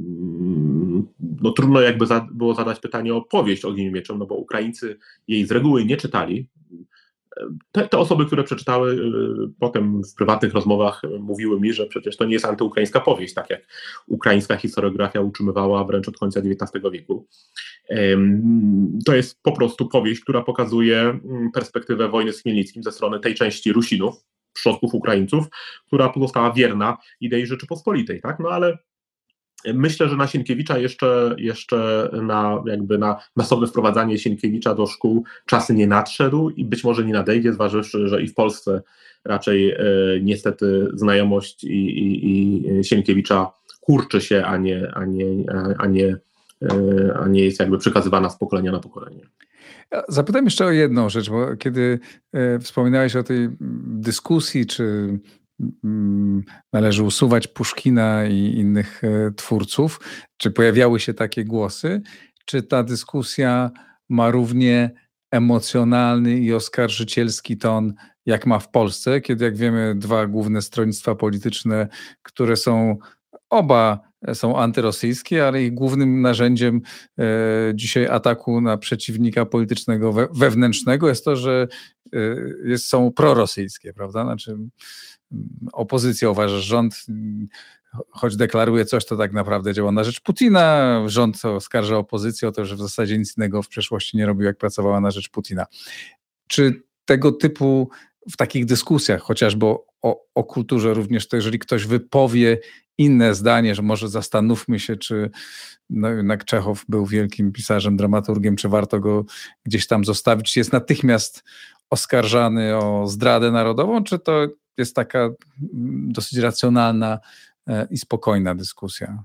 No trudno jakby za, było zadać pytanie o powieść Ogniem i Mieczem, no bo Ukraińcy jej z reguły nie czytali. Te, te osoby, które przeczytały, potem w prywatnych rozmowach mówiły mi, że przecież to nie jest antyukraińska powieść, tak jak ukraińska historiografia utrzymywała wręcz od końca dziewiętnastego wieku. To jest po prostu powieść, która pokazuje perspektywę wojny z Chmielnickim ze strony tej części Rusinów, przodków Ukraińców, która pozostała wierna idei Rzeczypospolitej, tak? No ale myślę, że na Sienkiewicza jeszcze, jeszcze na, jakby na masowe wprowadzanie Sienkiewicza do szkół czas nie nadszedł i być może nie nadejdzie, zważywszy, że i w Polsce raczej e, niestety znajomość i, i, i Sienkiewicza kurczy się, a nie, a, nie, a, nie, e, a nie jest jakby przekazywana z pokolenia na pokolenie. Zapytam jeszcze o jedną rzecz, bo kiedy e, wspominałeś o tej dyskusji, czy należy usuwać Puszkina i innych twórców. Czy pojawiały się takie głosy? Czy ta dyskusja ma równie emocjonalny i oskarżycielski ton, jak ma w Polsce, kiedy, jak wiemy, dwa główne stronnictwa polityczne, które są oba są antyrosyjskie, ale ich głównym narzędziem e, dzisiaj ataku na przeciwnika politycznego we, wewnętrznego jest to, że e, jest, są prorosyjskie, prawda? Znaczy opozycja uważa, że rząd, choć deklaruje coś, to tak naprawdę działa na rzecz Putina. Rząd oskarża opozycję o to, że w zasadzie nic innego w przeszłości nie robił, jak pracowała na rzecz Putina. Czy tego typu w takich dyskusjach, chociażby o, o kulturze również, to jeżeli ktoś wypowie inne zdanie, że może zastanówmy się, czy no jednak Czechow był wielkim pisarzem, dramaturgiem, czy warto go gdzieś tam zostawić, jest natychmiast oskarżany o zdradę narodową, czy to jest taka dosyć racjonalna i spokojna dyskusja?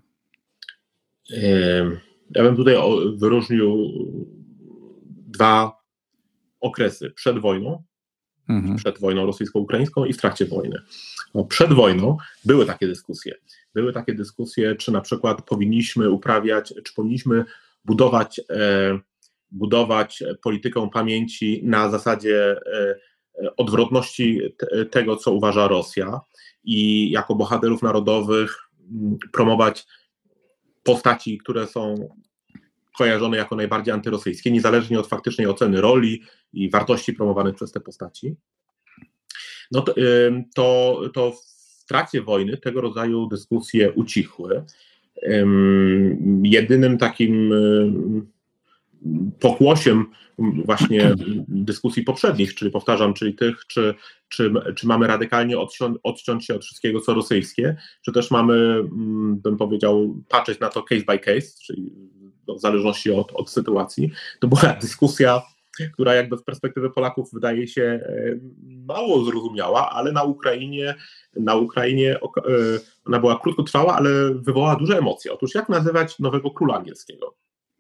Ja bym tutaj wyróżnił dwa okresy. Przed wojną, mhm. przed wojną rosyjsko-ukraińską i w trakcie wojny. No, przed wojną były takie dyskusje. Były takie dyskusje, czy na przykład powinniśmy uprawiać, czy powinniśmy budować, e, budować politykę pamięci na zasadzie e, odwrotności te, tego, co uważa Rosja i jako bohaterów narodowych m, promować postaci, które są kojarzone jako najbardziej antyrosyjskie, niezależnie od faktycznej oceny roli i wartości promowanych przez te postaci. No to, to, to w trakcie wojny tego rodzaju dyskusje ucichły. Jedynym takim pokłosiem właśnie dyskusji poprzednich, czyli powtarzam, czyli tych, czy, czy, czy mamy radykalnie odciąć, odciąć się od wszystkiego, co rosyjskie, czy też mamy, bym powiedział, patrzeć na to case by case, czyli w zależności od, od sytuacji. To była dyskusja, która jakby w perspektywie Polaków wydaje się mało zrozumiała, ale na Ukrainie, na Ukrainie ona była krótkotrwała, ale wywołała duże emocje. Otóż jak nazywać nowego króla angielskiego?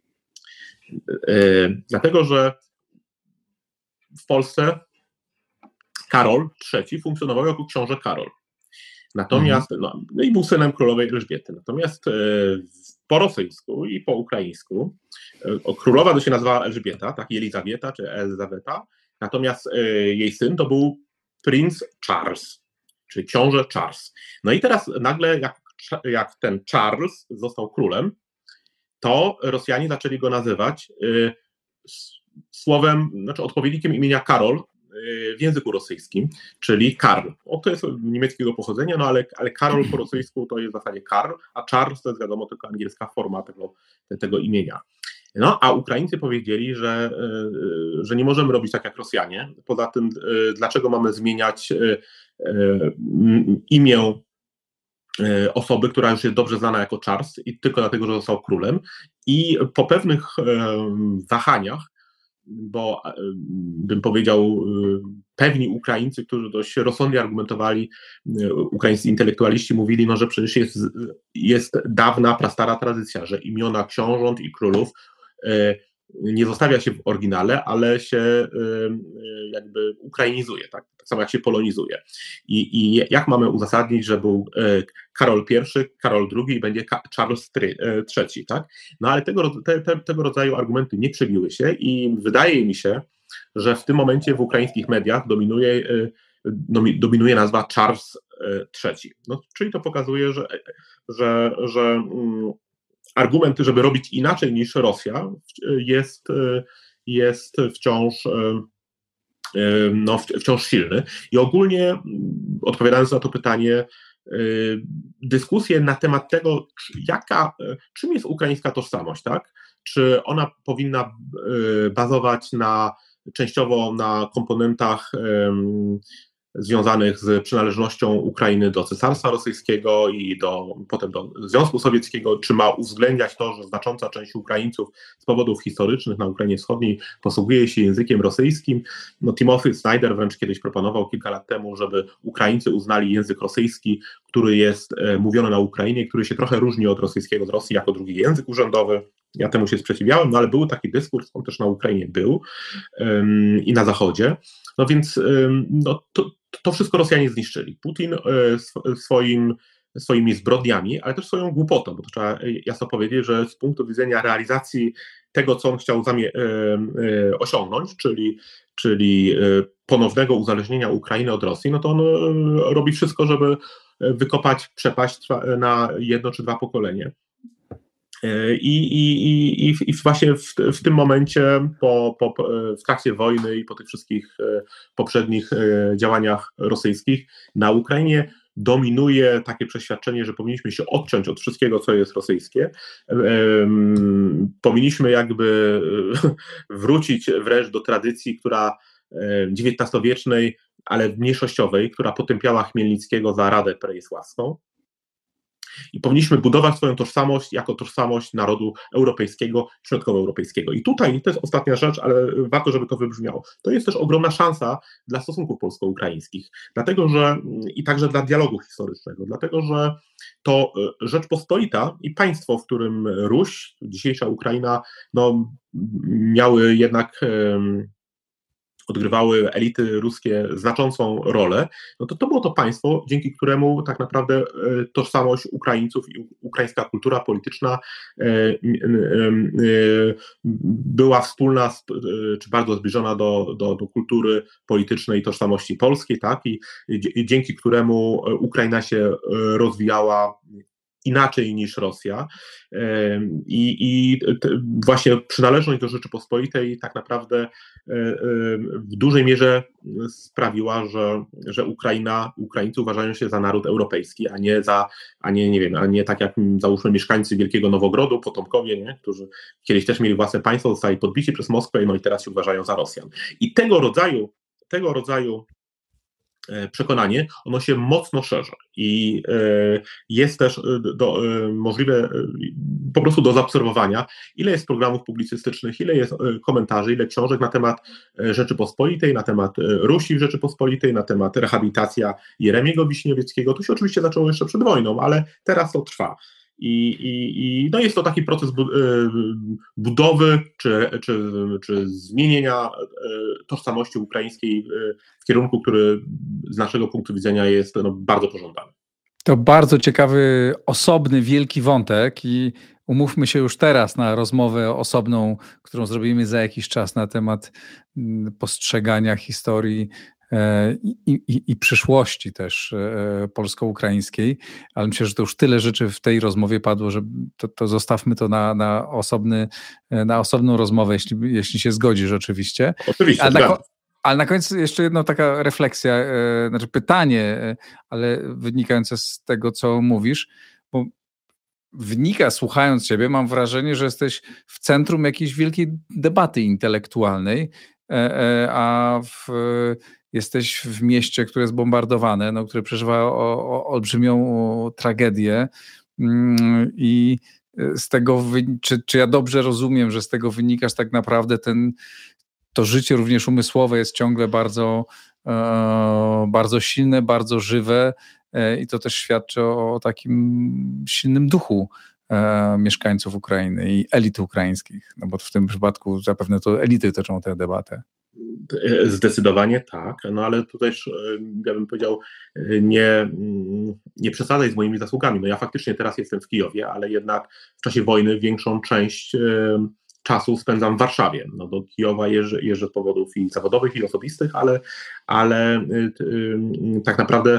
Dlatego, że w Polsce Karol trzeci funkcjonował jako książę Karol. Natomiast, no, no i był synem królowej Elżbiety. Natomiast po rosyjsku i po ukraińsku królowa to się nazywała Elżbieta, tak, Jelizawieta czy Elżaweta, natomiast jej syn to był princ Charles, czyli książę Charles. No i teraz nagle jak, jak ten Charles został królem, to Rosjanie zaczęli go nazywać y, słowem, znaczy odpowiednikiem imienia Karol y, w języku rosyjskim, czyli Karl. O, to jest niemieckiego pochodzenia, no ale, ale Karol po rosyjsku to jest w zasadzie Karl, a Charles to jest wiadomo tylko angielska forma tego, tego imienia. No, a Ukraińcy powiedzieli, że, y, że nie możemy robić tak jak Rosjanie. Poza tym, y, dlaczego mamy zmieniać y, y, imię osoby, która już jest dobrze znana jako Charles i tylko dlatego, że został królem. I po pewnych wahaniach, bo bym powiedział, pewni Ukraińcy, którzy dość rozsądnie argumentowali, ukraińscy intelektualiści mówili, no, że przecież jest, jest dawna, prastara tradycja, że imiona książąt i królów nie zostawia się w oryginale, ale się jakby ukrainizuje, tak, tak samo jak się polonizuje. I, i jak mamy uzasadnić, że był Karol pierwszy, Karol drugi i będzie Charles trzeci, tak? No ale tego, te, te, tego rodzaju argumenty nie przebiły się i wydaje mi się, że w tym momencie w ukraińskich mediach dominuje, dominuje nazwa Charles trzeci. No, czyli to pokazuje, że, że, że argument, żeby robić inaczej niż Rosja, jest, jest wciąż, no, wciąż silny. I ogólnie, odpowiadając na to pytanie, dyskusje na temat tego, jaka, czym jest ukraińska tożsamość, tak? Czy ona powinna bazować na, częściowo na komponentach związanych z przynależnością Ukrainy do Cesarstwa Rosyjskiego i do, potem do Związku Sowieckiego, czy ma uwzględniać to, że znacząca część Ukraińców z powodów historycznych na Ukrainie Wschodniej posługuje się językiem rosyjskim. No, Timothy Snyder wręcz kiedyś proponował kilka lat temu, żeby Ukraińcy uznali język rosyjski, który jest e, mówiony na Ukrainie, który się trochę różni od rosyjskiego z Rosji jako drugi język urzędowy. Ja temu się sprzeciwiałem, no ale był taki dyskurs, on też na Ukrainie był ym, i na Zachodzie. No więc ym, no, to to wszystko Rosjanie zniszczyli. Putin swoim, swoimi zbrodniami, ale też swoją głupotą, bo to trzeba jasno powiedzieć, że z punktu widzenia realizacji tego, co on chciał zamie- osiągnąć, czyli, czyli ponownego uzależnienia Ukrainy od Rosji, no to on robi wszystko, żeby wykopać przepaść na jedno czy dwa pokolenie. I, i, i, i właśnie w, w tym momencie, po, po, w trakcie wojny i po tych wszystkich poprzednich działaniach rosyjskich na Ukrainie dominuje takie przeświadczenie, że powinniśmy się odciąć od wszystkiego, co jest rosyjskie. Powinniśmy jakby wrócić wręcz do tradycji, która dziewiętnastowiecznej, ale mniejszościowej, która potępiała Chmielnickiego za Radę Perejsławską. I powinniśmy budować swoją tożsamość jako tożsamość narodu europejskiego, środkowoeuropejskiego. I tutaj, to jest ostatnia rzecz, ale warto, żeby to wybrzmiało. To jest też ogromna szansa dla stosunków polsko-ukraińskich, dlatego że i także dla dialogu historycznego, dlatego że to Rzeczpospolita i państwo, w którym Ruś, dzisiejsza Ukraina, no, miały jednak odgrywały elity ruskie znaczącą rolę, no to to było to państwo, dzięki któremu tak naprawdę tożsamość Ukraińców i ukraińska kultura polityczna była wspólna, czy bardzo zbliżona do, do, do kultury politycznej tożsamości polskiej, tak? I, i dzięki któremu Ukraina się rozwijała inaczej niż Rosja i, i właśnie przynależność do Rzeczypospolitej tak naprawdę w dużej mierze sprawiła, że, że Ukraina, Ukraińcy uważają się za naród europejski, a nie za, a nie, nie wiem, a nie tak jak załóżmy mieszkańcy Wielkiego Nowogrodu, potomkowie, nie? Którzy kiedyś też mieli własne państwo, zostali podbici przez Moskwę, no i teraz się uważają za Rosjan. I tego rodzaju, tego rodzaju przekonanie, ono się mocno szerzy i jest też do, możliwe po prostu do zaobserwowania, ile jest programów publicystycznych, ile jest komentarzy, ile książek na temat Rzeczypospolitej, na temat Rusi w Rzeczypospolitej, na temat rehabilitacja Jeremiego Wiśniewieckiego. To się oczywiście zaczęło jeszcze przed wojną, ale teraz to trwa. I, i, i no jest to taki proces budowy czy, czy, czy zmienienia tożsamości ukraińskiej w kierunku, który z naszego punktu widzenia jest no, bardzo pożądany. To bardzo ciekawy, osobny, wielki wątek i umówmy się już teraz na rozmowę osobną, którą zrobimy za jakiś czas na temat postrzegania historii I, i, i przyszłości też polsko-ukraińskiej, ale myślę, że to już tyle rzeczy w tej rozmowie padło, że to, to zostawmy to na, na, osobny, na osobną rozmowę, jeśli, jeśli się zgodzisz oczywiście. Oczywiście, ale na, ale na końcu jeszcze jedna taka refleksja, znaczy pytanie, ale wynikające z tego, co mówisz, bo wynika, słuchając ciebie, mam wrażenie, że jesteś w centrum jakiejś wielkiej debaty intelektualnej, a w jesteś w mieście, które jest bombardowane, no, które przeżywa o, o, olbrzymią tragedię i z tego, czy, czy ja dobrze rozumiem, że z tego wynikasz tak naprawdę ten, to życie również umysłowe jest ciągle bardzo, e, bardzo silne, bardzo żywe e, i to też świadczy o, o takim silnym duchu e, mieszkańców Ukrainy i elit ukraińskich, no bo w tym przypadku zapewne to elity toczą tę debatę. Zdecydowanie tak, no ale tutaj też, ja bym powiedział, nie, nie przesadzaj z moimi zasługami. No ja faktycznie teraz jestem w Kijowie, ale jednak w czasie wojny większą część czasu spędzam w Warszawie. No do Kijowa jeżdżę, jeżdżę z powodów i zawodowych, i osobistych, ale, ale tak naprawdę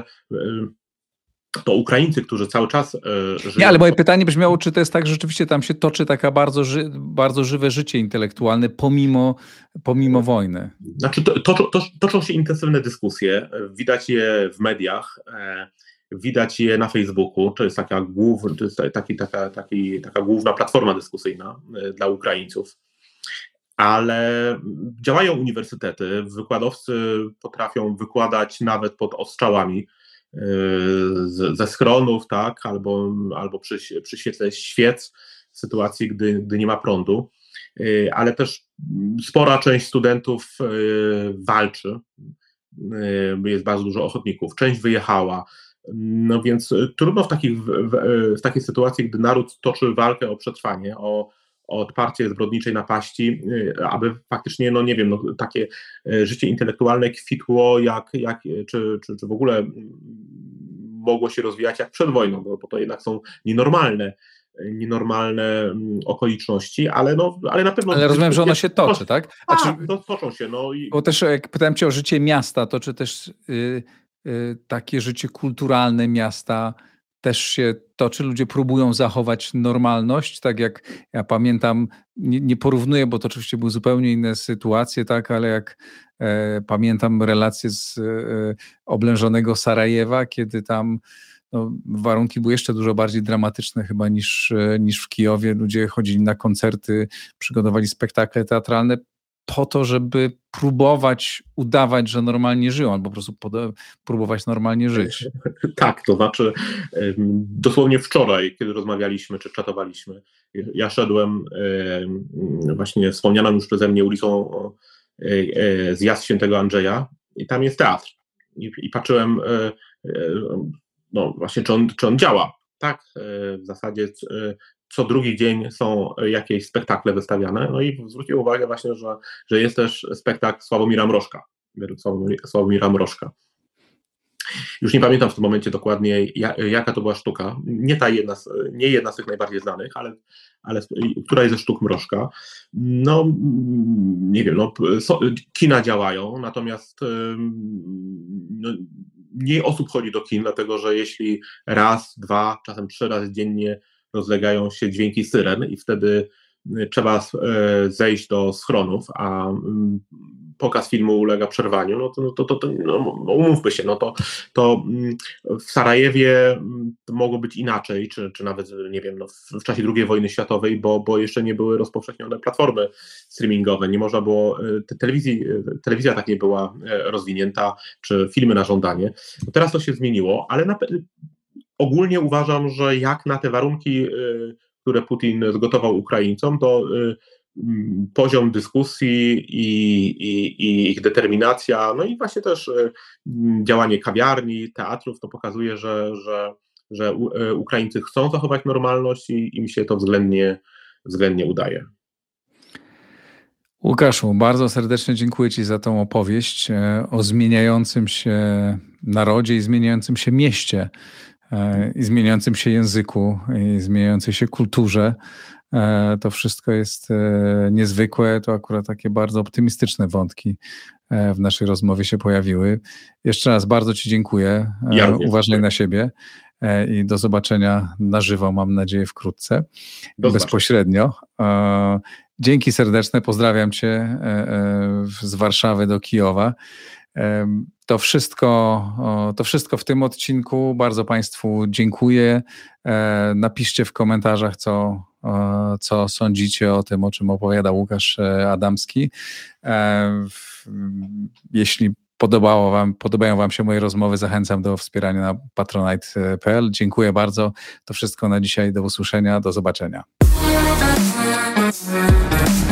to Ukraińcy, którzy cały czas e, żyją... Nie, ale moje pytanie brzmiało, czy to jest tak, że rzeczywiście tam się toczy taka bardzo, ży, bardzo żywe życie intelektualne pomimo, pomimo wojny? Znaczy to, to, to, toczą się intensywne dyskusje, widać je w mediach, e, widać je na Facebooku, to jest taka, głów, to jest taki, taka, taki, taka główna platforma dyskusyjna e, dla Ukraińców. Ale działają uniwersytety, wykładowcy potrafią wykładać nawet pod ostrzałami z, ze schronów, tak, albo, albo przy, przy świetle świec w sytuacji, gdy, gdy nie ma prądu, ale też spora część studentów walczy, jest bardzo dużo ochotników, część wyjechała, no więc trudno w, takich, w, w takiej sytuacji, gdy naród toczy walkę o przetrwanie, o, odparcie zbrodniczej napaści, aby faktycznie, no nie wiem, no, takie życie intelektualne kwitło, jak, jak, czy, czy, czy w ogóle mogło się rozwijać jak przed wojną, bo, bo to jednak są nienormalne nienormalne okoliczności, ale, no, ale na pewno... Ale rozumiem, że ono się toczy, tak? A, czy, to toczą się. No i... Bo też jak pytałem cię o życie miasta, to czy też y, y, takie życie kulturalne miasta też się toczy? Ludzie próbują zachować normalność, tak jak ja pamiętam, nie, nie porównuję, bo to oczywiście były zupełnie inne sytuacje, tak, ale jak e, pamiętam relacje z e, oblężonego Sarajewa, kiedy tam no, warunki były jeszcze dużo bardziej dramatyczne chyba niż, niż w Kijowie. Ludzie chodzili na koncerty, przygotowali spektakle teatralne po to, żeby próbować udawać, że normalnie żyją, albo po prostu pod- próbować normalnie żyć. Tak, to znaczy dosłownie wczoraj, kiedy rozmawialiśmy czy czatowaliśmy, ja szedłem właśnie wspomnianą już przeze mnie ulicą Zjazd Świętego Andrzeja i tam jest teatr. I, i patrzyłem no właśnie, czy on, czy on działa. Tak, w zasadzie co drugi dzień są jakieś spektakle wystawiane, no i zwróciłem uwagę właśnie, że, że jest też spektakl Sławomira Mrożka, Sławomira Mrożka. Już nie pamiętam w tym momencie dokładnie, jaka to była sztuka, nie ta jedna, nie jedna z tych najbardziej znanych, ale, ale któraś ze sztuk Mrożka. No, nie wiem, no, kina działają, natomiast no, mniej osób chodzi do kin, dlatego że jeśli raz, dwa, czasem trzy razy dziennie rozlegają się dźwięki syren i wtedy trzeba zejść do schronów, a pokaz filmu ulega przerwaniu, no to, to, to, to no, umówmy się, no to, to w Sarajewie mogło być inaczej, czy, czy nawet, nie wiem, no w, w czasie drugiej wojny światowej, bo, bo jeszcze nie były rozpowszechnione platformy streamingowe, nie można było, telewizji, telewizja tak nie była rozwinięta, czy filmy na żądanie. No teraz to się zmieniło, ale na, ogólnie uważam, że jak na te warunki, które Putin zgotował Ukraińcom, to poziom dyskusji i, i, i ich determinacja, no i właśnie też działanie kawiarni, teatrów, to pokazuje, że, że, że Ukraińcy chcą zachować normalność i im się to względnie, względnie udaje. Łukaszu, bardzo serdecznie dziękuję Ci za tą opowieść o zmieniającym się narodzie i zmieniającym się mieście, i zmieniającym się języku, i zmieniającej się kulturze. To wszystko jest niezwykłe, to akurat takie bardzo optymistyczne wątki w naszej rozmowie się pojawiły. Jeszcze raz bardzo Ci dziękuję. Ja Uważaj na siebie i do zobaczenia na żywo, mam nadzieję, wkrótce, do bezpośrednio. Zobaczenia. Dzięki serdeczne, pozdrawiam Cię z Warszawy do Kijowa. To wszystko, to wszystko w tym odcinku. Bardzo Państwu dziękuję. Napiszcie w komentarzach, co, co sądzicie o tym, o czym opowiada Łukasz Adamski. Jeśli podobało wam, podobają Wam się moje rozmowy, zachęcam do wspierania na patronite kropka p l. Dziękuję bardzo. To wszystko na dzisiaj. Do usłyszenia. Do zobaczenia.